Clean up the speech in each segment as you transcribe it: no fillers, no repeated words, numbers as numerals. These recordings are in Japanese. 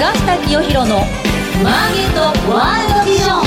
下清弘のマーケットワールドビジョン。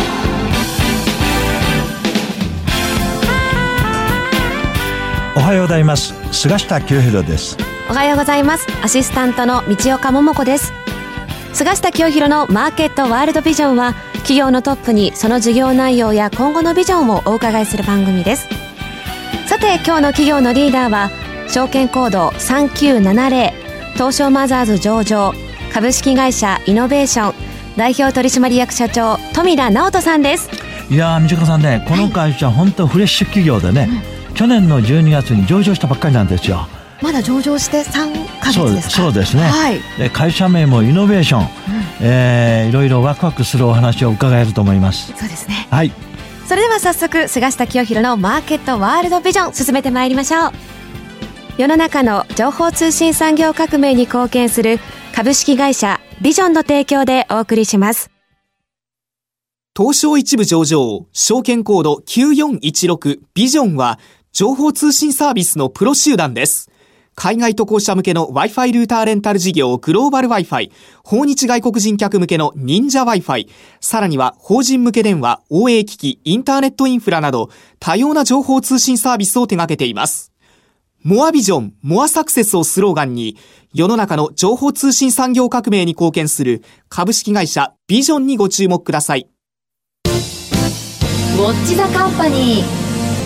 おはようございます。菅下清弘です。 おはようございます。アシスタントの道岡桃子です。菅下清弘のマーケットワールドビジョンは、企業のトップにその事業内容や今後のビジョンをお伺いする番組です。さて、今日の企業のリーダーは証券コード3970東証マザーズ上場株式会社イノベーション代表取締役社長富田直人さんです。 いやー、道岡さんね、この会社、本当フレッシュ企業でね、去年の12月に上場したばっかりなんですよ。 まだ上場して3ヶ月ですか。 そうですね、 はい、 で会社名もイノベーション、いろいろワクワクするお話を伺えると思います。 そうですね、 はい、 それでは早速菅下清弘のマーケットワールドビジョン進めてまいりましょう。世の中の情報通信産業革命に貢献する株式会社ビジョンの提供でお送りします。 東証一部上場証券コード9416ビジョンは情報通信サービスのプロ集団です。海外渡航者向けの Wi-Fi ルーターレンタル事業グローバル Wi-Fi、訪日外国人客向けの忍者 Wi-Fi、さらには法人向け電話、OA 機器、インターネットインフラなど多様な情報通信サービスを手掛けています。モアビジョン、モアサクセスをスローガンに、世の中の情報通信産業革命に貢献する株式会社ビジョンにご注目ください。 ウォッチザカンパニー。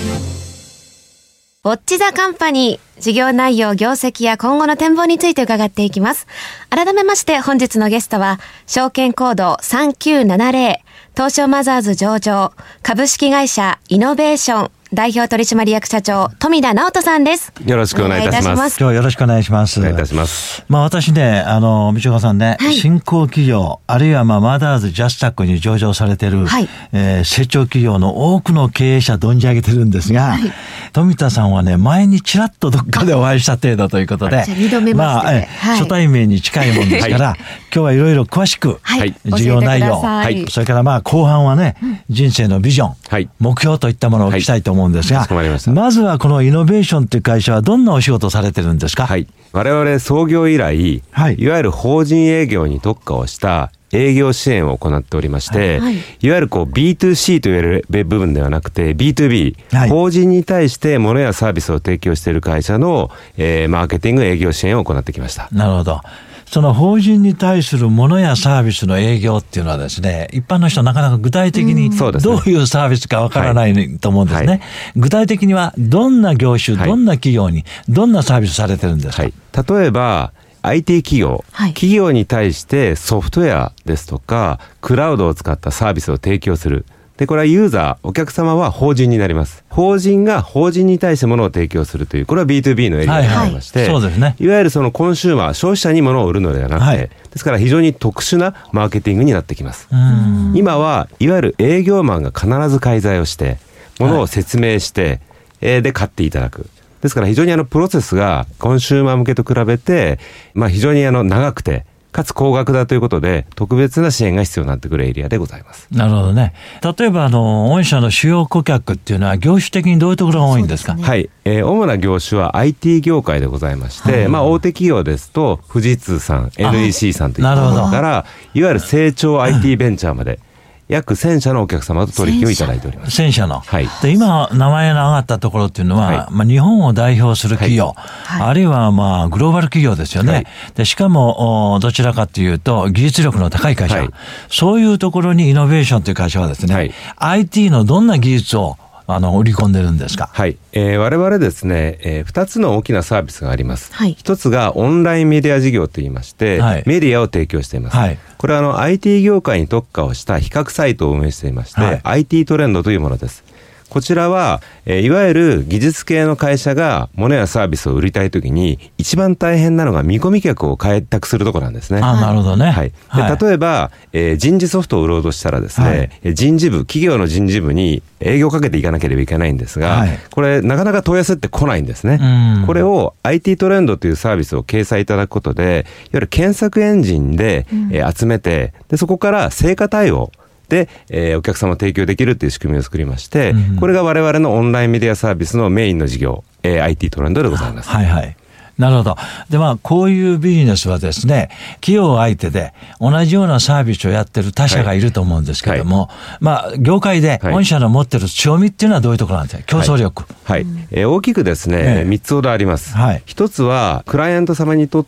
ウォッチザカンパニー、事業内容、業績や今後の展望について伺っていきます。改めまして本日のゲストは証券コード3970東証マザーズ上場株式会社イノベーション代表取締役社長富田直人さんです。 よろしくお願いいたします。 今日よろしくお願いします。 お願いいたします。 私ね、道岡さんね、はい、新興企業あるいはマザーズジャスタックに上場されている、はい、成長企業の多くの経営者存じ上げてるんですが、はい、富田さんはね、前にちらっとどっかでお会いした程度ということで、 2度目まして、 初対面に近いもんですから、はい、今日はいろいろ詳しく、はい、事業内容、はい、それから後半はね、人生のビジョン、はい、目標といったものを聞きたいと思うんですが、はい、まずはこのイノベーションという会社はどんなお仕事をされてるんですか？ はい、我々創業以来、はい、いわゆる法人営業に特化をした営業支援を行っておりまして、はい、いわゆるB2C といわれる部分ではなくて B2B、はい、法人に対して物やサービスを提供している会社の、マーケティング営業支援を行ってきました。 なるほど。その法人に対する物やサービスの営業っていうのはですね、一般の人はなかなか具体的にどういうサービスかわからないと思うんですね、はいはい、具体的にはどんな業種、どんな企業にどんなサービスされてるんですか？はい、 例えばIT 企業、はい、企業に対してソフトウェアですとかクラウドを使ったサービスを提供する。で、これはユーザー、お客様は法人になります。法人が法人に対して物を提供するという、これは B2B のエリアになりまして、はいはい、そうですね、いわゆるそのコンシューマー、消費者に物を売るのではなくて、はい、ですから非常に特殊なマーケティングになってきます。今はいわゆる営業マンが必ず介在をして物を説明して、はい、で買っていただく。ですから非常にプロセスがコンシューマー向けと比べて、非常に長くてかつ高額だということで特別な支援が必要になってくるエリアでございます。 なるほどね。例えば御社の主要顧客っていうのは業種的にどういうところが多いんですか？ はい、主な業種は IT 業界でございまして、大手企業ですと富士通さん NEC さんといったところからいわゆる成長 IT ベンチャーまで約1000社のお客様と取引をいただいております。 1000社の、 はい、 で今名前の上がったところっていうのは、はい、日本を代表する企業、はい、あるいはグローバル企業ですよね、はい、でしかもどちらかというと技術力の高い会社、はい、そういうところにイノベーションという会社はですね、はい、IT のどんな技術を売り込んでるんですか？ はい、我々ですね、2つの大きなサービスがあります、はい、1つがオンラインメディア事業といいまして、はい、メディアを提供しています、はい、これはIT 業界に特化をした比較サイトを運営していまして、はい、IT トレンドというものです。こちらはいわゆる技術系の会社が物やサービスを売りたいときに一番大変なのが見込み客を開拓するところなんですね。 なるほどね、 はい、で例えば、人事ソフトを売ろうとしたらですね、はい、人事部、企業の人事部に営業をかけていかなければいけないんですが、はい、これなかなか問い合わせって来ないんですね。これを IT トレンドというサービスを掲載いただくことで、いわゆる検索エンジンで、集めて、でそこから成果対応で、お客様を提供できるという仕組みを作りまして、これが我々のオンラインメディアサービスのメインの事業、IT トレンドでございます。 はいはい。 なるほど。で、こういうビジネスはですね、企業相手で同じようなサービスをやってる他社がいると思うんですけども、業界で御社の持ってる強みっていうのはどういうところなんですか？競争力。 大きくですね、3つほどあります。1つは、クライアント様にとって、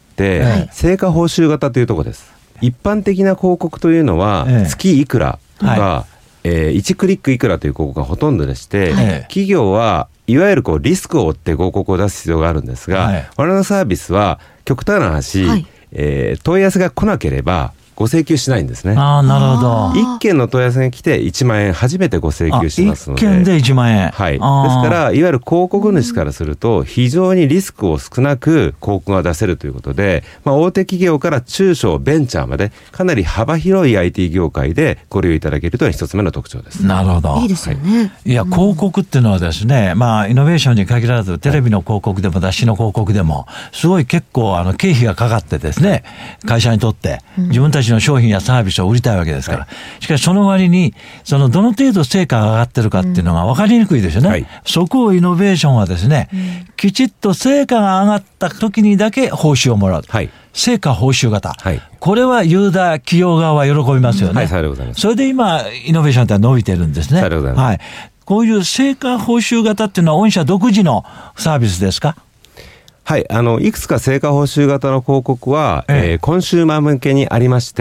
成果報酬型というところです。一般的な広告というのは、月いくらとか、1クリックいくらという広告がほとんどでして、企業はいわゆるリスクを負って広告を出す必要があるんですが、我々のサービスは極端な話、問い合わせが来なければご請求しないんですね。 なるほど。 1件の問い合わせが来て1万円初めてご請求しますので。 1件で1万円。 ですから、いわゆる広告主からすると、非常にリスクを少なく広告が出せるということで、大手企業から中小ベンチャーまで、かなり幅広い IT 業界でご利用いただけるというのが一つ目の特徴です。 なるほど。 いいですよね。 いや、広告っていうのはですね、イノベーションに限らず、テレビの広告でも雑誌の広告でも、すごい結構経費がかかってですね、会社にとって自分たちの商品やサービスを売りたいわけですから、しかしその割にどの程度成果が上がってるかっていうのが分かりにくいですよね。そこをイノベーションはですね、きちっと成果が上がった時にだけ報酬をもらう、成果報酬型、これはユーザー企業側は喜びますよね。それで今イノベーションって伸びてるんですね。こういう成果報酬型っていうのは御社独自のサービスですか？ いくつか成果報酬型の広告は、コンシューマー向けにありまして、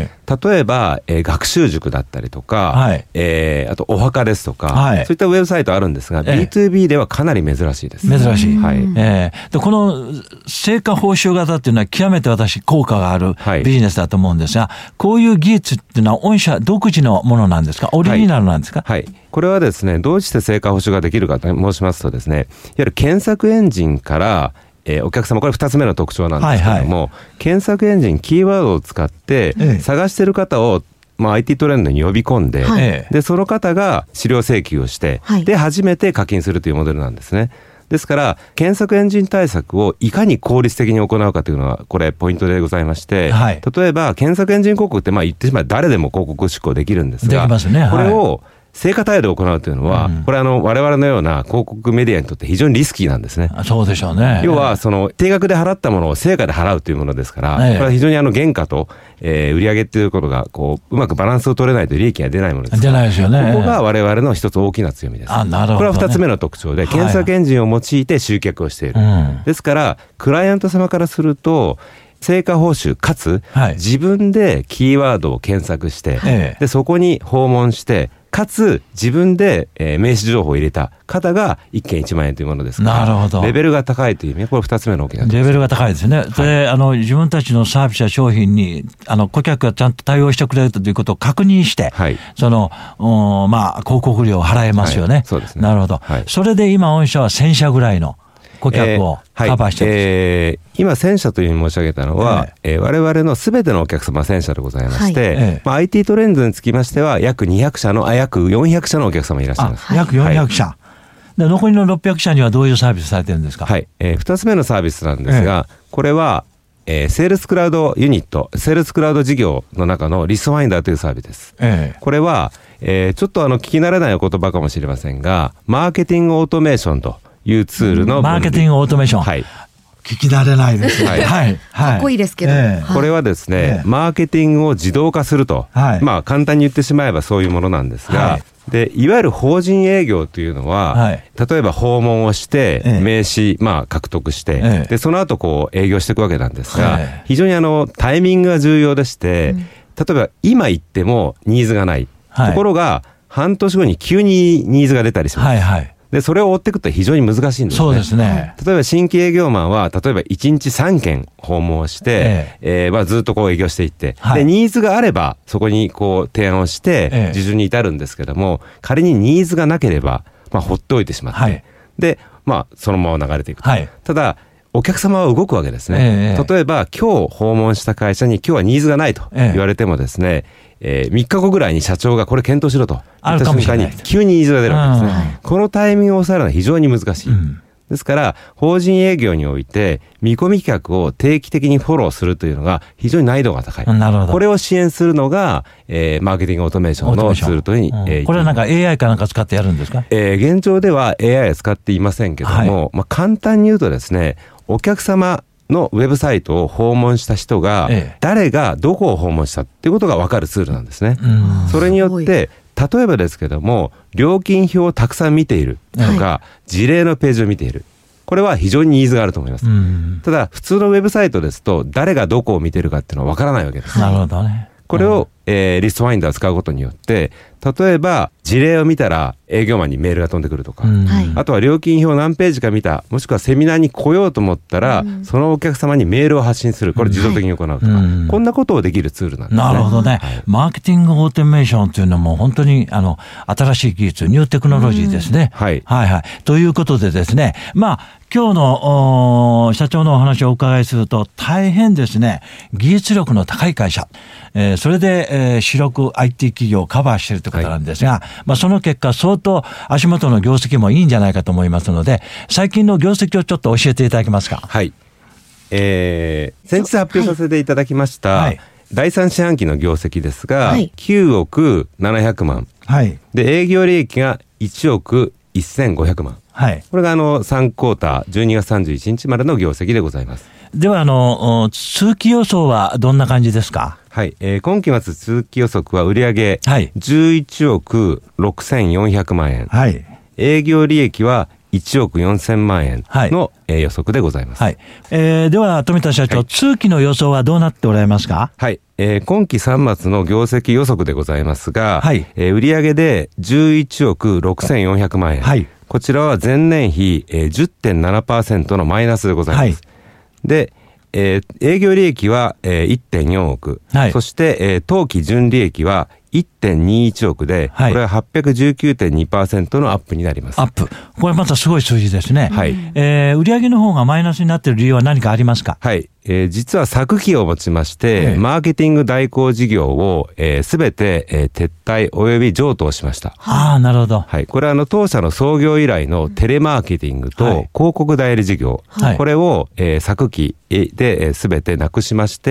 例えば、学習塾だったりとか、あとお墓ですとか、そういったウェブサイトあるんですが、B2B ではかなり珍しいです。 珍しい。でこの成果報酬型っていうのは極めて私効果があるビジネスだと思うんですが、こういう技術っていうのは御社独自のものなんですか？オリジナルなんですか？ これはですね、どうして成果報酬ができるかと申しますとですね、いわゆる検索エンジンからお客様、これ2つ目の特徴なんですけれども、検索エンジン、キーワードを使って探している方を、IT トレンドに呼び込んで、でその方が資料請求をして、で初めて課金するというモデルなんですね。ですから検索エンジン対策をいかに効率的に行うかというのはこれポイントでございまして、例えば検索エンジン広告って言ってしまえば誰でも広告執行できるんですが、これを成果対応で行うというのは、これ我々のような広告メディアにとって非常にリスキーなんですね。 そうでしょうね。 要は定額で払ったものを成果で払うというものですから、これは非常に原価と、売上っていうことがうまくバランスを取れないと利益が出ないものですから。 出ないですよね。 ここが我々の一つ大きな強みです。 なるほどね。 これは二つ目の特徴で、検索エンジンを用いて集客をしている。ですからクライアント様からすると成果報酬かつ、自分でキーワードを検索して、でそこに訪問してかつ自分で名刺情報を入れた方が1件1万円というものですから、なるほど、レベルが高いという意味でこれ2つ目の大きなレベルが高いですね。で自分たちのサービスや商品に顧客がちゃんと対応してくれるということを確認して、広告料を払えますよね。 そうですね。 なるほど。それで今御社は1000社ぐらいの顧客をカバーしてるんです。 今1000社というふうに申し上げたのは、我々のすべてのお客様1000社でございまして、IT トレンドにつきましては約400社のお客様いらっしゃいます。 約400社。で残りの600社にはどういうサービスされてるんですか ？2つ目のサービスなんですが、これはセールスクラウドユニット、セールスクラウド事業の中のリストファインダーというサービスです。これは、ちょっと聞き慣れないお言葉かもしれませんが、マーケティングオートメーションというツールのマーケティングオートメーション。聞き慣れないです。 かっこいいですけど。 これはですね、マーケティングを自動化すると、簡単に言ってしまえばそういうものなんですが、でいわゆる法人営業というのは、例えば訪問をして名刺、獲得して、でその後営業していくわけなんですが、非常にタイミングが重要でして、例えば今行ってもニーズがない、ところが半年後に急にニーズが出たりします。でそれを追っていくと非常に難しいんですね。 そうですね。 例えば新規営業マンは例えば1日3件訪問をして、ずっと営業していって、でニーズがあればそこに提案をして受注に至るんですけども、仮にニーズがなければ、ほっておいてしまって、でそのまま流れていくと。ただお客様は動くわけですね。例えば今日訪問した会社に今日はニーズがないと言われてもですね、3日後ぐらいに社長がこれ検討しろと言った瞬間に急にニーズが出るわけですね。このタイミングを抑えるのは非常に難しい。ですから法人営業において見込み企画を定期的にフォローするというのが非常に難易度が高い。これを支援するのが、マーケティングオートメーションのツールというふうに、 これはなんか AI かなんか使ってやるんですか？ 現状では AI は使っていませんけども、簡単に言うとですね、 お客様のウェブサイトを訪問した人が、誰がどこを訪問したっていうことが分かるツールなんですね。それによって例えばですけども、料金表をたくさん見ているとか、事例のページを見ている、これは非常にニーズがあると思います。ただ普通のウェブサイトですと誰がどこを見てるかっていうのは分からないわけです。 なるほどね。 これを、リストファインダーを使うことによって、例えば事例を見たら営業マンにメールが飛んでくるとか、あとは料金表を何ページか見た、もしくはセミナーに来ようと思ったら、そのお客様にメールを発信する、これ自動的に行うとか、こんなことをできるツールなんですね。 なるほどね。マーケティングオートメーションというのも本当に新しい技術、ニューテクノロジーですね。はいはいはい。ということでですね、今日の社長のお話をお伺いすると、大変ですね、技術力の高い会社、それで、主力 IT 企業をカバーしているということなんですが、その結果相当足元の業績もいいんじゃないかと思いますので、最近の業績をちょっと教えていただけますか。 はい。先日発表させていただきました、第3四半期の業績ですが、9億700万、で営業利益が1億1500万、これが3クォーター12月31日までの業績でございます。 では通期予想はどんな感じですか。 はい、今期末通期予測は売上11億6400万円、営業利益は1億4000万円の、予測でございます。 では富田社長、通期の予想はどうなっておられますか。 はい、今期3月の業績予測でございますが、売上で11億6400万円、こちらは前年比 10.7% のマイナスでございます。で営業利益は 1.4 億、そして、当期純利益は 1.21 億で、これは 819.2% のアップになります。 アップ。これまたすごい数字ですね。売上の方がマイナスになっている理由は何かありますか。 実は昨期をもちまして、マーケティング代行事業をすべて撤退および譲渡しました。 なるほど。 これは当社の創業以来のテレマーケティングと広告代理事業、これを昨期ですべてなくしまして、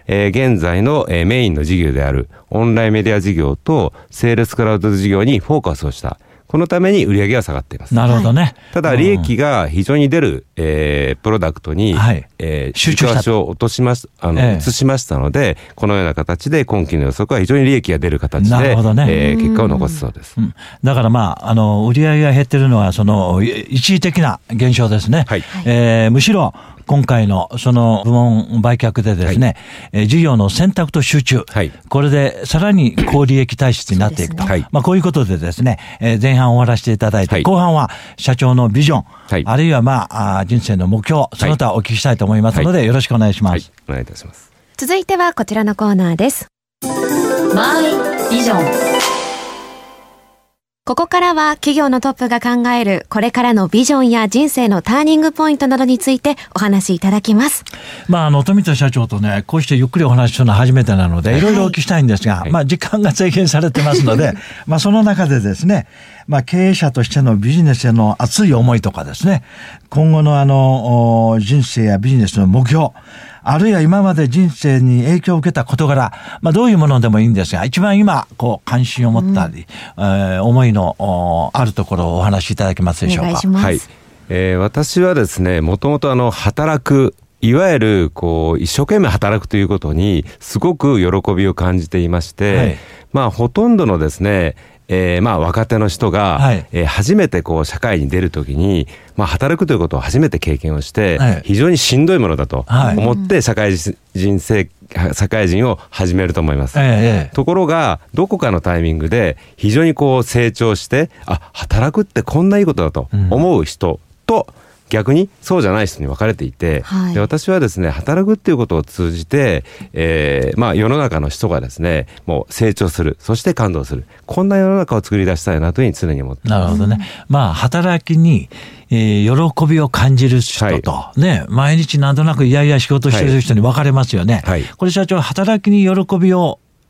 現在のメインの事業であるオンラインメディア事業とセールスクラウド事業にフォーカスをした。このために売上が下がっています。 なるほどね。 ただ利益が非常に出る、プロダクトに、 集中したを移しましたので、このような形で今期の予測は非常に利益が出る形で、結果を残すそうです。 だから売上が減っているのはその一時的な現象ですね。むしろ今回のその部門売却でですね、事業の選択と集中、これでさらに高利益体質になっていくと、こういうことでですね、前半終わらせていただいて、後半は社長のビジョン、あるいは人生の目標、その他お聞きしたいと思いますので、よろしくお願いします。 お願いいたします。 続いてはこちらのコーナーです。 マイビジョン。 ここからは企業のトップが考えるこれからのビジョンや人生のターニングポイントなどについてお話しいただきます。 富田社長とね、こうしてゆっくりお話しするのは初めてなので、いろいろお聞きしたいんですが、時間が制限されてますので、その中でですね、経営者としてのビジネスへの熱い思いとかですね、今後の人生やビジネスの目標、あるいは今まで人生に影響を受けた事柄、どういうものでもいいんですが、一番今関心を持ったり、思いのあるところをお話しいただけますでしょうか。 お願いします。 私はですね、もともと働く、いわゆる一生懸命働くということにすごく喜びを感じていまして、ほとんどのですね、若手の人が、初めて社会に出るときに、働くということを初めて経験をして、非常にしんどいものだと思って社会人を始めると思います。ところがどこかのタイミングで非常に成長して、働くってこんないいことだと思う人と、逆にそうじゃない人に分かれていて、で私はですね、働くっていうことを通じて、世の中の人がですね、もう成長する、そして感動する、こんな世の中を作り出したいなというふうに常に思っています。 なるほどね。働きに、喜びを感じる人と、毎日なんとなくいやいや仕事してる人に分かれますよね。これ社長、働きに喜びを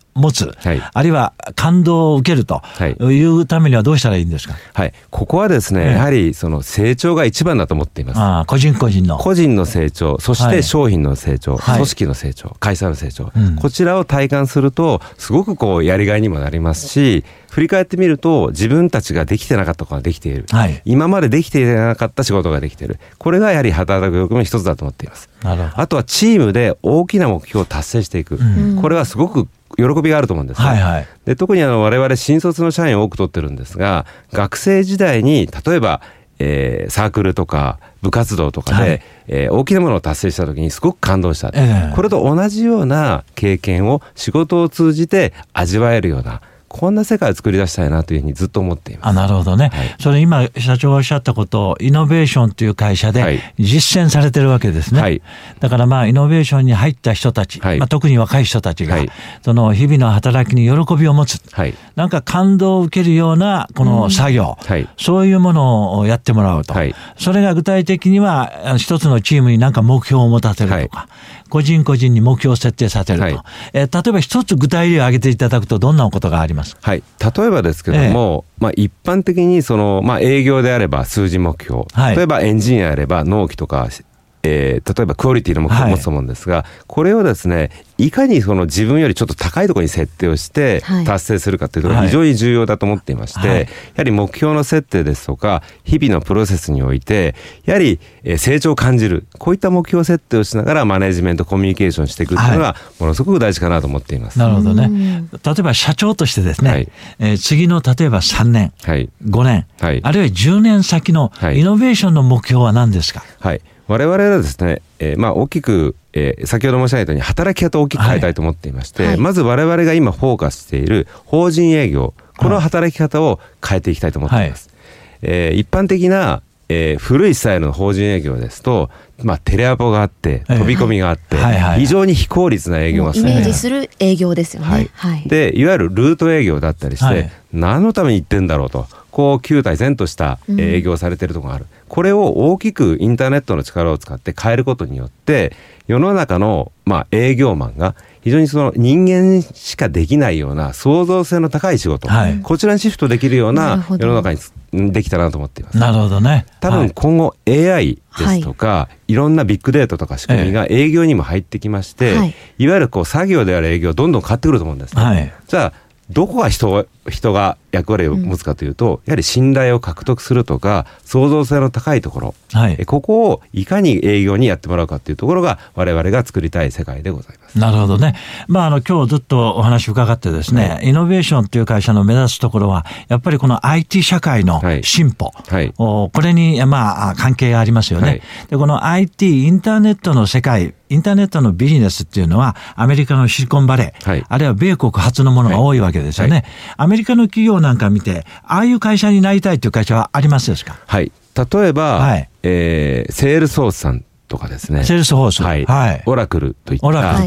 持つ、あるいは感動を受けるというためにはどうしたらいいんですか？ はい、ここはですね、やはりその成長が一番だと思っています。 個人の成長、そして商品の成長、組織の成長、会社の成長、こちらを体感するとすごくこうやりがいにもなりますし、振り返ってみると自分たちができてなかったことができている、今までできていなかった仕事ができている、これがやはり働く欲の一つだと思っています。あとはチームで大きな目標を達成していく、これはすごく喜びがあると思うんですね。で、特に我々新卒の社員を多く取ってるんですが、学生時代に例えば、サークルとか部活動とかで、大きなものを達成した時にすごく感動した、これと同じような経験を仕事を通じて味わえるような、こんな世界を作り出したいなというふうにずっと思っています。 なるほどね、それ今社長がおっしゃったことをイノベーションという会社で実践されてるわけですね、だからイノベーションに入った人たち、特に若い人たちが、その日々の働きに喜びを持つ、なんか感動を受けるようなこの作業、そういうものをやってもらうと、それが具体的には一つのチームになんか目標を持たせるとか、個人に目標を設定させると、例えば一つ具体例を挙げていただくとどんなことがあります？ 例えばですけども、一般的に営業であれば数字目標、例えばエンジニアであれば納期とか、例えばクオリティの目標を持つと思うんですが、これをですね、いかに自分よりちょっと高いところに設定をして達成するかというところが非常に重要だと思っていまして、やはり目標の設定ですとか日々のプロセスにおいてやはり成長を感じる、こういった目標設定をしながらマネジメントコミュニケーションしていくというのがものすごく大事かなと思っています。 なるほどね。例えば社長としてですね、次の例えば3年、5年、あるいは10年先のイノベーションの目標は何ですか？ 我々はですね、大きく、先ほど申し上げたように働き方を大きく変えたいと思っていまして、まず我々が今フォーカスしている法人営業、この働き方を変えていきたいと思っています。一般的な、古いスタイルの法人営業ですと、テレアポがあって飛び込みがあって、非常に非効率な営業がイメージする営業ですよね。 で、いわゆるルート営業だったりして、何のために行ってんだろうと、こう旧態然とした営業されているところがある、これを大きくインターネットの力を使って変えることによって、世の中の営業マンが非常に人間しかできないような創造性の高い仕事、こちらにシフトできるような世の中にできたなと思っています。 なるほどね。 多分今後 AI ですとか、いろんなビッグデータとか仕組みが営業にも入ってきまして、いわゆる作業である営業どんどん変わってくると思うんですね。じゃあどこが人が役割を持つかというと、やはり信頼を獲得するとか創造性の高いところ、ここをいかに営業にやってもらうかというところが我々が作りたい世界でございます。 なるほどね。今日ずっとお話伺ってですね、イノベーションという会社の目指すところはやっぱりこの IT 社会の進歩、これに関係がありますよね。で、この IT インターネットの世界、インターネットのビジネスっていうのはアメリカのシリコンバレー、あるいは米国発のものが多いわけですよね。アメリカの企業なんか見て、ああいう会社になりたいという会社はありますですか？ 例えば、セールスフォースさんとかですね、 セールスフォース、 オラクルといった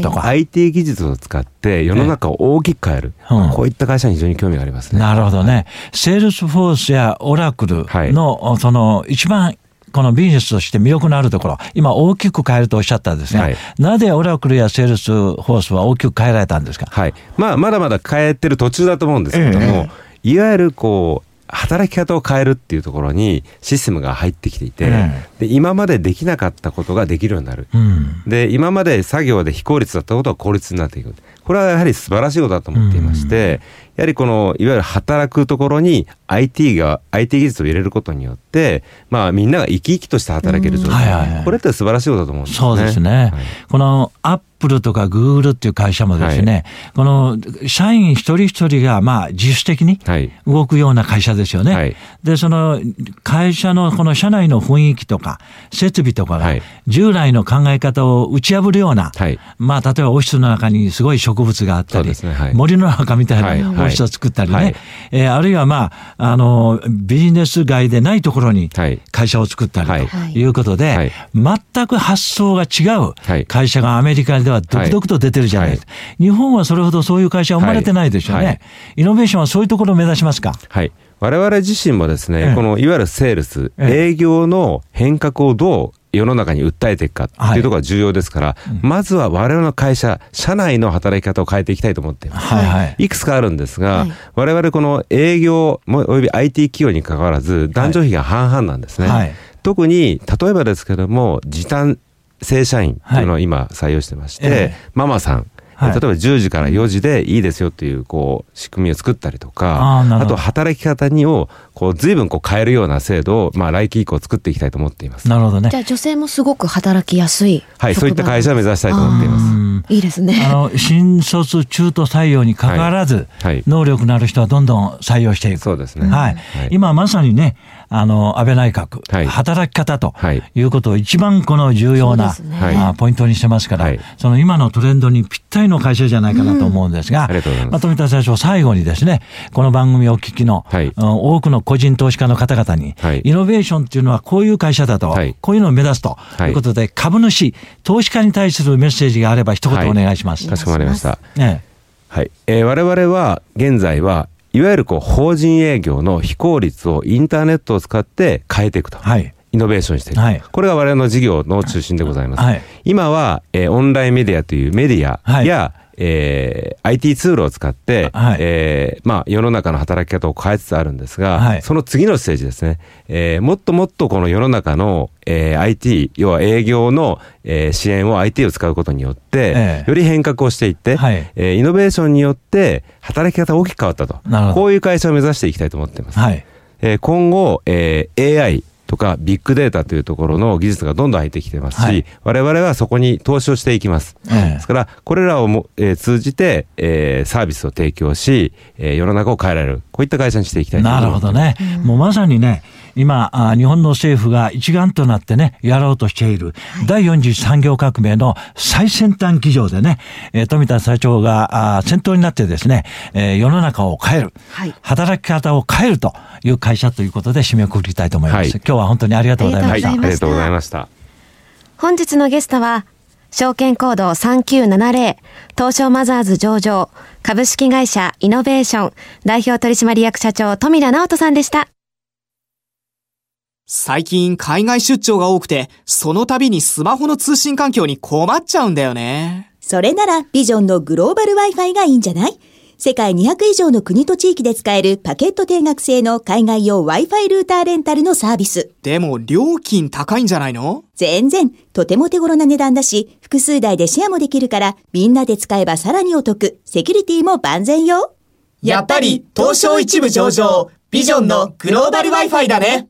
IT 技術を使って世の中を大きく変える、こういった会社に非常に興味がありますね。 なるほどね。セールスフォースやオラクルの、一番このビジネスとして魅力のあるところ、今大きく変えるとおっしゃったんですが、なぜオラクルやセールスフォースは大きく変えられたんですか？ まだまだ変えてる途中だと思うんですけども、いわゆる働き方を変えるっていうところにシステムが入ってきていて、で今までできなかったことができるようになる、で今まで作業で非効率だったことが効率になっていく、これはやはり素晴らしいことだと思っていまして、やはりいわゆる働くところに IT 技術を入れることによって、みんなが生き生きとして働ける状態、これって素晴らしいことだと思うんですね。 そうですね。このアップルとかグーグルっていう会社もですね、この社員一人一人が自主的に動くような会社ですよね。で、その会社のこの社内の雰囲気とか設備とかが従来の考え方を打ち破るような、例えばオフィスの中にすごい植物があったり、森の中みたいなオフィスを作ったりね、あるいはビジネス街でないところに会社を作ったりということで、全く発想が違う会社がアメリカでは続々と出てるじゃないですか。日本はそれほどそういう会社は生まれてないですよね。イノベーションはそういうところを目指しますか？我 々自身もですね、このいわゆるセールス、営業の変革をどう世の中に訴えていくかっていうところが重要ですから、まずは我々の会社、社内の働き方を変えていきたいと思っています。いくつかあるんですが、我々この営業および IT 企業に関わらず男女比が半々なんですね。特に例えばですけども、時短正社員というのを今採用してまして、ママさん、例えば10時から4時でいいですよという仕組みを作ったりとか、あと働き方を随分変えるような制度を来期以降作っていきたいと思っています。 なるほどね。じゃあ女性もすごく働きやすい、 そういった会社を目指したいと思っています。 いいですね。 新卒中途採用に関わらず、能力のある人はどんどん採用していく。 そうですね。 今まさにね、安倍内閣、働き方ということを一番この重要な、ポイントにしてますから、その今のトレンドにぴったりの会社じゃないかなと思うんですが、富田社長、最後にですね、この番組をお聞きの、多くの個人投資家の方々に、イノベーションっていうのはこういう会社だと、こういうのを目指すということで、株主、投資家に対するメッセージがあれば一言お願いします。 かしこまりました。我々は現在はいわゆる法人営業の非効率をインターネットを使って変えていくと、イノベーションしていく、これが我々の事業の中心でございます。今は、オンラインメディアというメディアや、IT ツールを使って、世の中の働き方を変えつつあるんですが、その次のステージですね、もっともっとこの世の中の、IT、要は営業の、支援を IT を使うことによって、より変革をしていって、イノベーションによって働き方が大きく変わったと、こういう会社を目指していきたいと思っています。今後、AIとかビッグデータというところの技術がどんどん入ってきてますし、我々はそこに投資をしていきます。ですからこれらを通じて、サービスを提供し、世の中を変えられる、こういった会社にしていきたいと思います。 なるほどね。もうまさにね、今日本の政府が一丸となってねやろうとしている第4次産業革命の最先端企業でね、富田社長が先頭になってですね、世の中を変える、働き方を変えるという会社ということで締めくくりたいと思います。今日は本当にありがとうございました。 ありがとうございました。 本日のゲストは証券コード3970東証マザーズ上場株式会社イノベーション代表取締役社長富田直人さんでした。 最近海外出張が多くて、その度にスマホの通信環境に困っちゃうんだよね。 それならビジョンのグローバル Wi-Fi がいいんじゃない？世界200以上の国と地域で使えるパケット定額制の海外用 Wi-Fi ルーターレンタルのサービス。 でも料金高いんじゃないの？ 全然、とても手頃な値段だし、複数台でシェアもできるから、みんなで使えばさらにお得。セキュリティも万全よ。 やっぱり東証一部上場、ビジョンのグローバル Wi-Fi だね。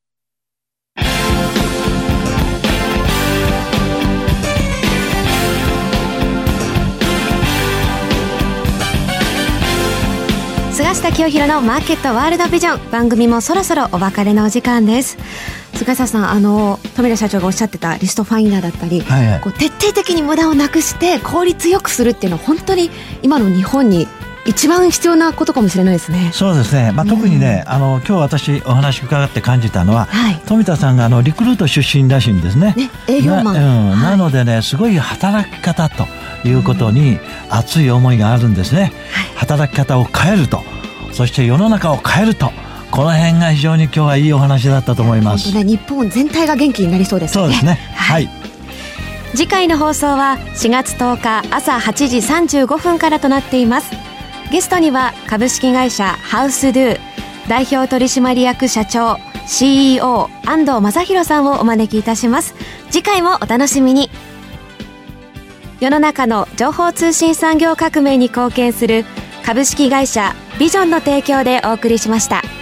菅下清弘のマーケットワールドビジョン、番組もそろそろお別れのお時間です。菅下さん、富田社長がおっしゃってたリストファインダーだったり、徹底的に無駄をなくして効率よくするっていうのは本当に今の日本に一番必要なことかもしれないですね。 そうですね、特にね、今日私お話伺って感じたのは、富田さんがリクルート出身らしいんですね。 営業マン、 なのでね、すごい働き方ということに熱い思いがあるんですね。働き方を変えると、そして世の中を変えると、この辺が非常に今日はいいお話だったと思います。 本当ね、日本全体が元気になりそうですね。 そうですね。 次回の放送は4月10日朝8時35分からとなっています。ゲストには株式会社ハウスドゥ代表取締役社長 CEO 安藤正弘さんをお招きいたします。次回もお楽しみに。世の中の情報通信産業革命に貢献する株式会社ビジョンの提供でお送りしました。